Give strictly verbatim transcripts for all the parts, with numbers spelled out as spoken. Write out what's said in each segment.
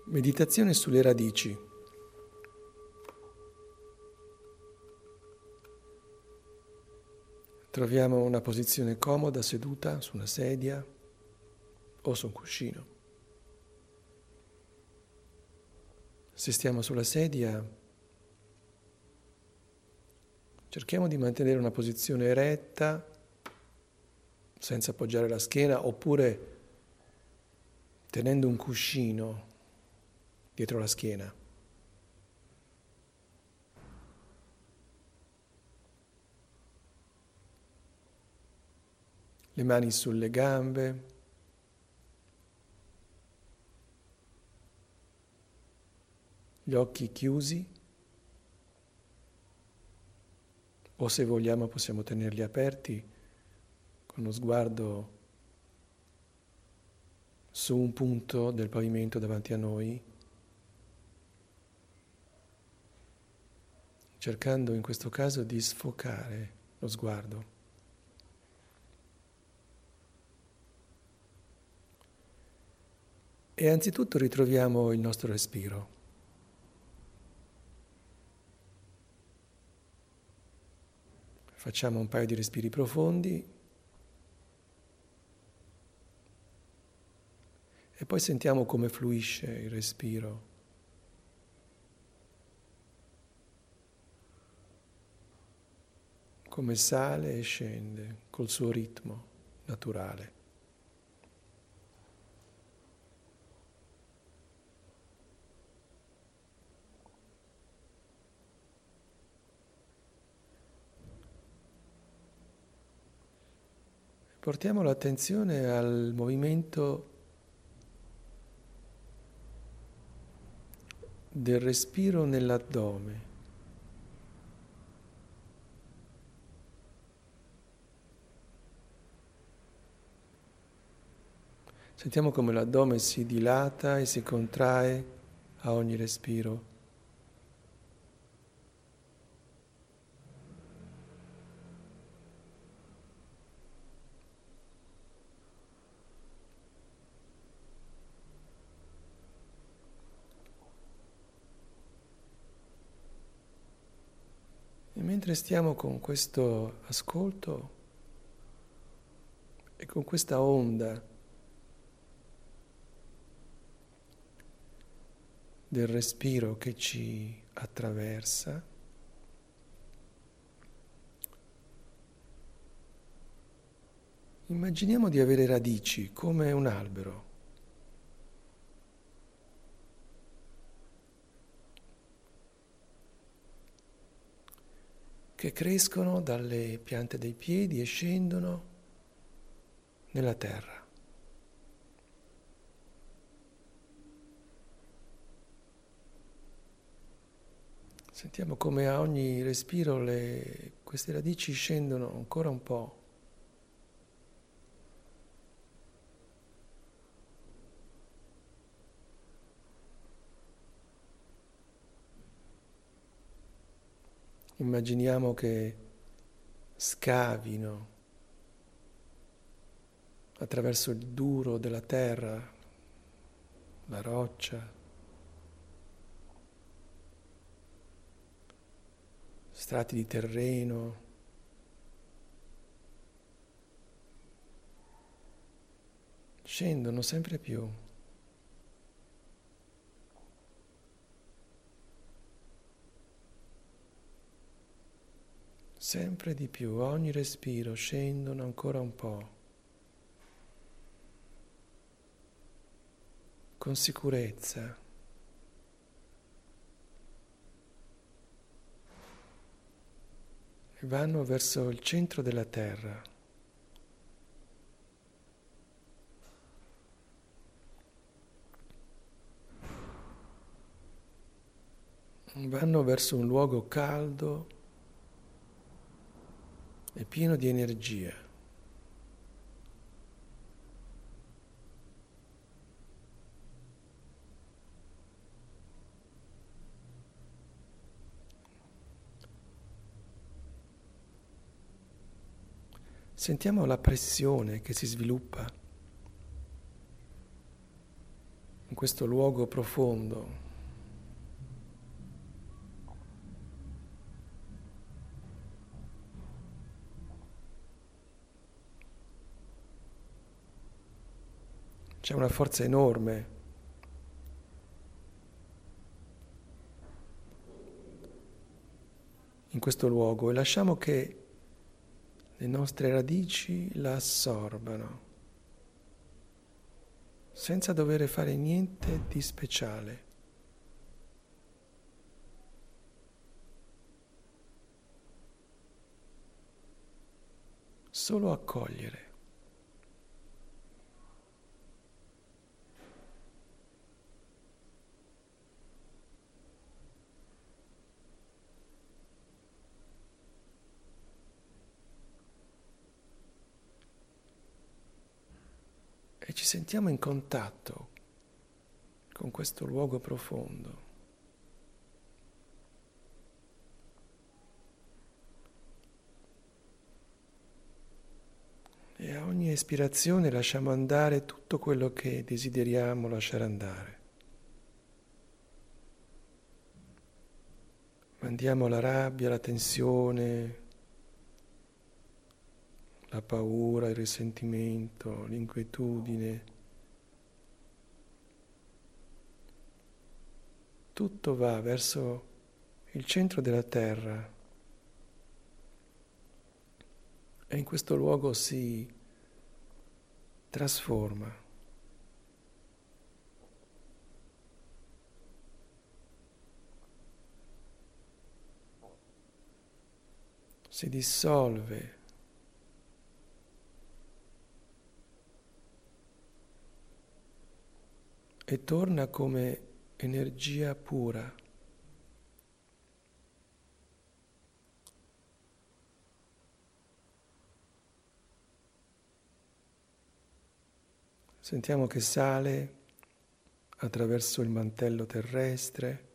Meditazione sulle radici. Troviamo una posizione comoda seduta su una sedia o su un cuscino. Se stiamo sulla sedia, cerchiamo di mantenere una posizione eretta, senza appoggiare la schiena, oppure tenendo un cuscino dietro la schiena. Le mani sulle gambe, gli occhi chiusi, o se vogliamo possiamo tenerli aperti con lo sguardo su un punto del pavimento davanti a noi, cercando in questo caso di sfocare lo sguardo. E anzitutto ritroviamo il nostro respiro. Facciamo un paio di respiri profondi e poi sentiamo come fluisce il respiro. Come sale e scende col suo ritmo naturale. Portiamo l'attenzione al movimento del respiro nell'addome. Sentiamo come l'addome si dilata e si contrae a ogni respiro. E mentre stiamo con questo ascolto e con questa onda del respiro che ci attraversa, immaginiamo di avere radici come un albero. Che crescono dalle piante dei piedi e scendono nella terra. Sentiamo come a ogni respiro le, queste radici scendono ancora un po'. Immaginiamo che scavino attraverso il duro della terra, la roccia, strati di terreno, scendono sempre più. Sempre di più, a ogni respiro scendono ancora un po', con sicurezza. E vanno verso il centro della terra. Vanno verso un luogo caldo e pieno di energia. Sentiamo la pressione che si sviluppa questo luogo profondo. C'è una forza enorme in questo luogo e lasciamo che le nostre radici la assorbano, senza dover fare niente di speciale. Solo accogliere. E ci sentiamo in contatto con questo luogo profondo. E a ogni espirazione lasciamo andare tutto quello che desideriamo lasciare andare. Mandiamo la rabbia, la tensione, la paura, il risentimento, l'inquietudine. Tutto va verso il centro della terra e in questo luogo si trasforma. Si dissolve. E torna come energia pura. Sentiamo che sale attraverso il mantello terrestre,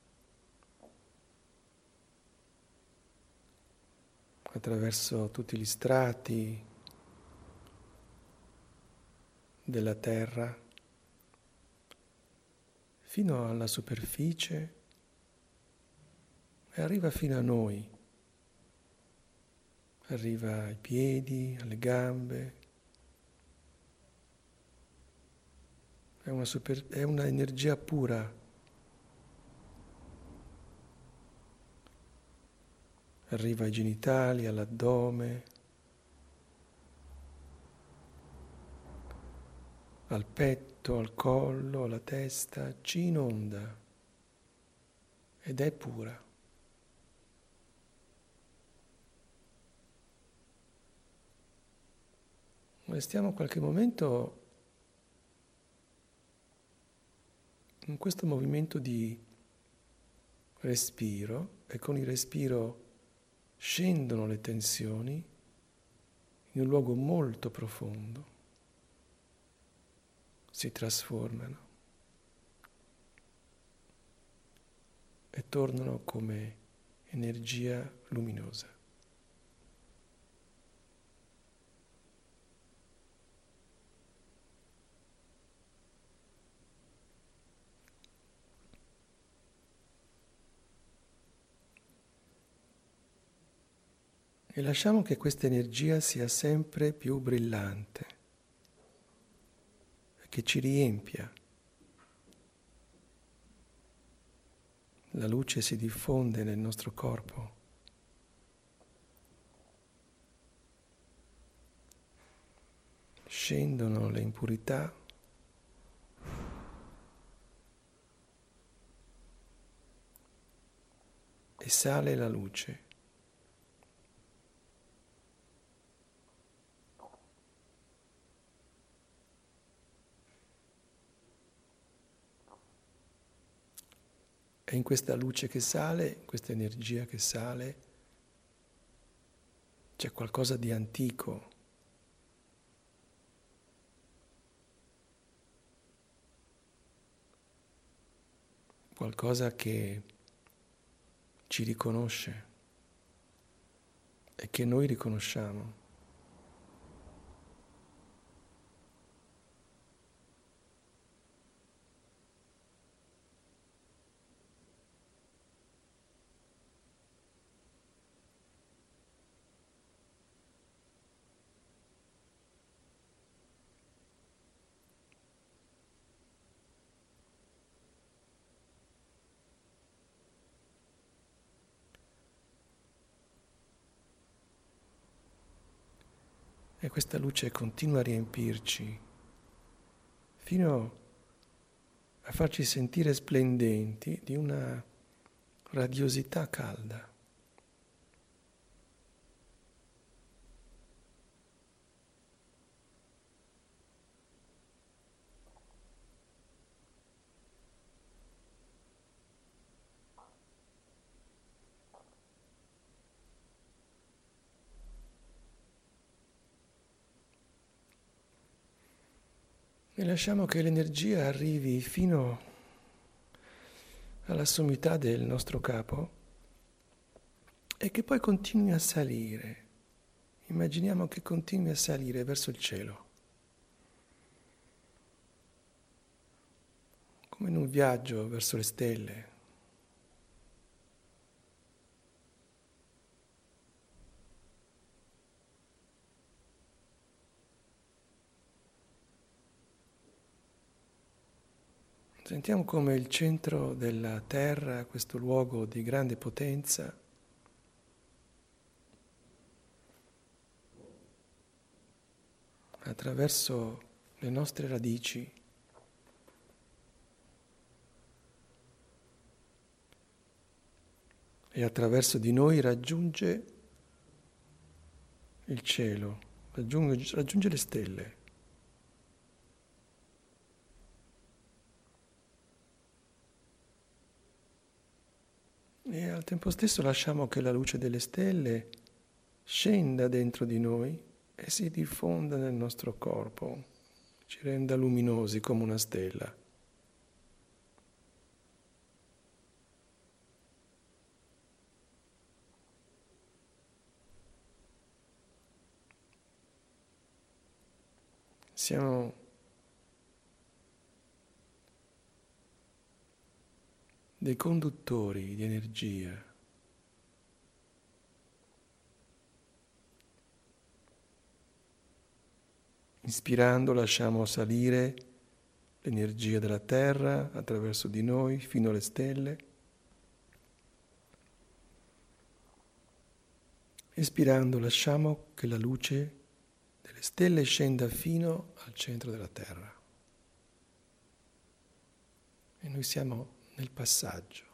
attraverso tutti gli strati della terra, fino alla superficie e arriva fino a noi, arriva ai piedi, alle gambe. È una, super, è una energia pura. Arriva ai genitali, all'addome, al petto, al collo, alla testa, ci inonda ed è pura. Restiamo qualche momento in questo movimento di respiro e con il respiro scendono le tensioni in un luogo molto profondo, si trasformano e tornano come energia luminosa. E lasciamo che questa energia sia sempre più brillante, che ci riempia. La luce si diffonde nel nostro corpo. Scendono le impurità e sale la luce. E in questa luce che sale, in questa energia che sale, c'è qualcosa di antico. Qualcosa che ci riconosce e che noi riconosciamo. E questa luce continua a riempirci fino a farci sentire splendenti di una radiosità calda. E lasciamo che l'energia arrivi fino alla sommità del nostro capo e che poi continui a salire. Immaginiamo che continui a salire verso il cielo, come in un viaggio verso le stelle. Sentiamo come il centro della Terra, questo luogo di grande potenza, attraverso le nostre radici e attraverso di noi raggiunge il cielo, raggiunge, raggiunge le stelle. E al tempo stesso lasciamo che la luce delle stelle scenda dentro di noi e si diffonda nel nostro corpo, ci renda luminosi come una stella. Siamo dei conduttori di energia. Inspirando lasciamo salire l'energia della terra attraverso di noi fino alle stelle. Espirando lasciamo che la luce delle stelle scenda fino al centro della terra. E noi siamo nel passaggio.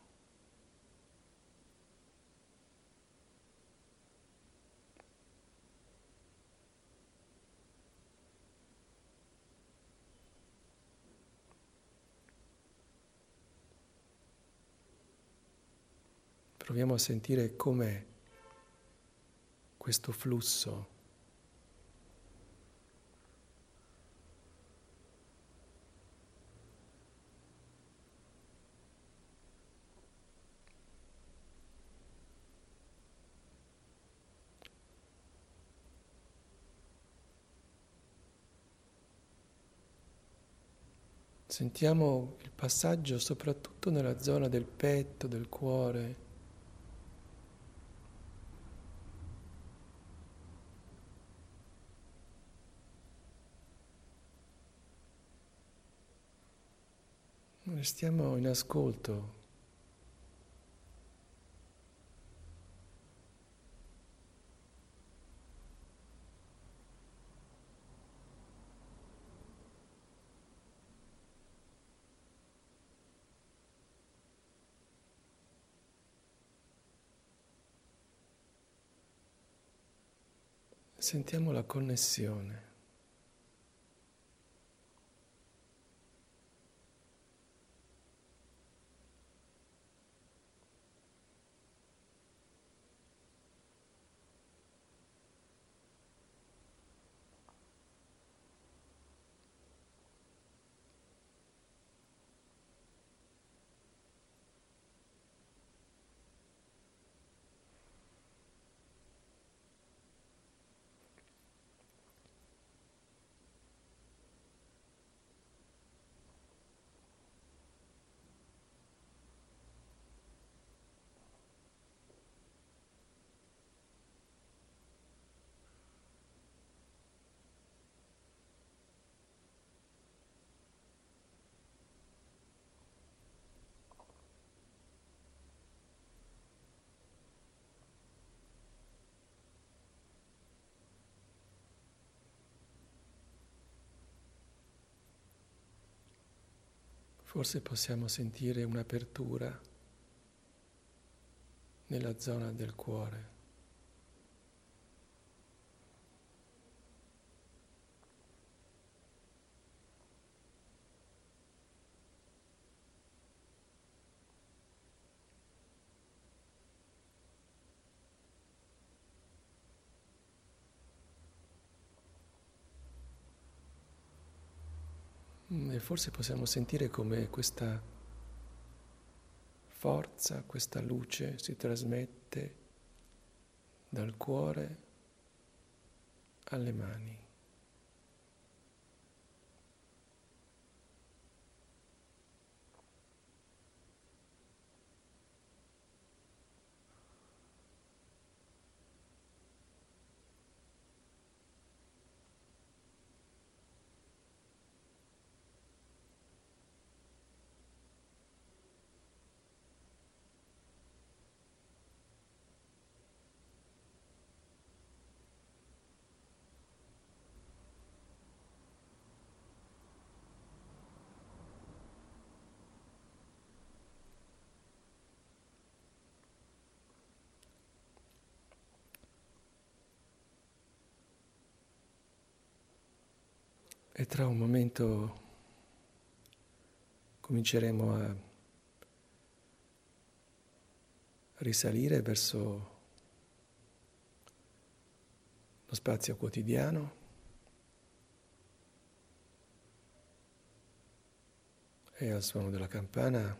Proviamo a sentire com'è questo flusso. Sentiamo il passaggio soprattutto nella zona del petto, del cuore. Restiamo in ascolto. Sentiamo la connessione. Forse possiamo sentire un'apertura nella zona del cuore. E forse possiamo sentire come questa forza, questa luce si trasmette dal cuore alle mani. E tra un momento cominceremo a risalire verso lo spazio quotidiano e al suono della campana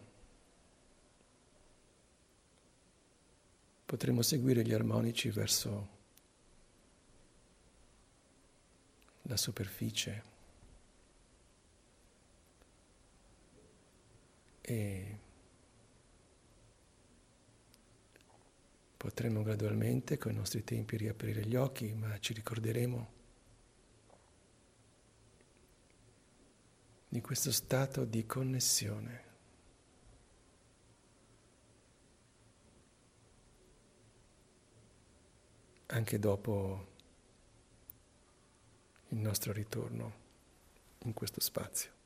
potremo seguire gli armonici verso la superficie e potremo gradualmente con i nostri tempi riaprire gli occhi, ma ci ricorderemo di questo stato di connessione. Anche dopo il nostro ritorno in questo spazio.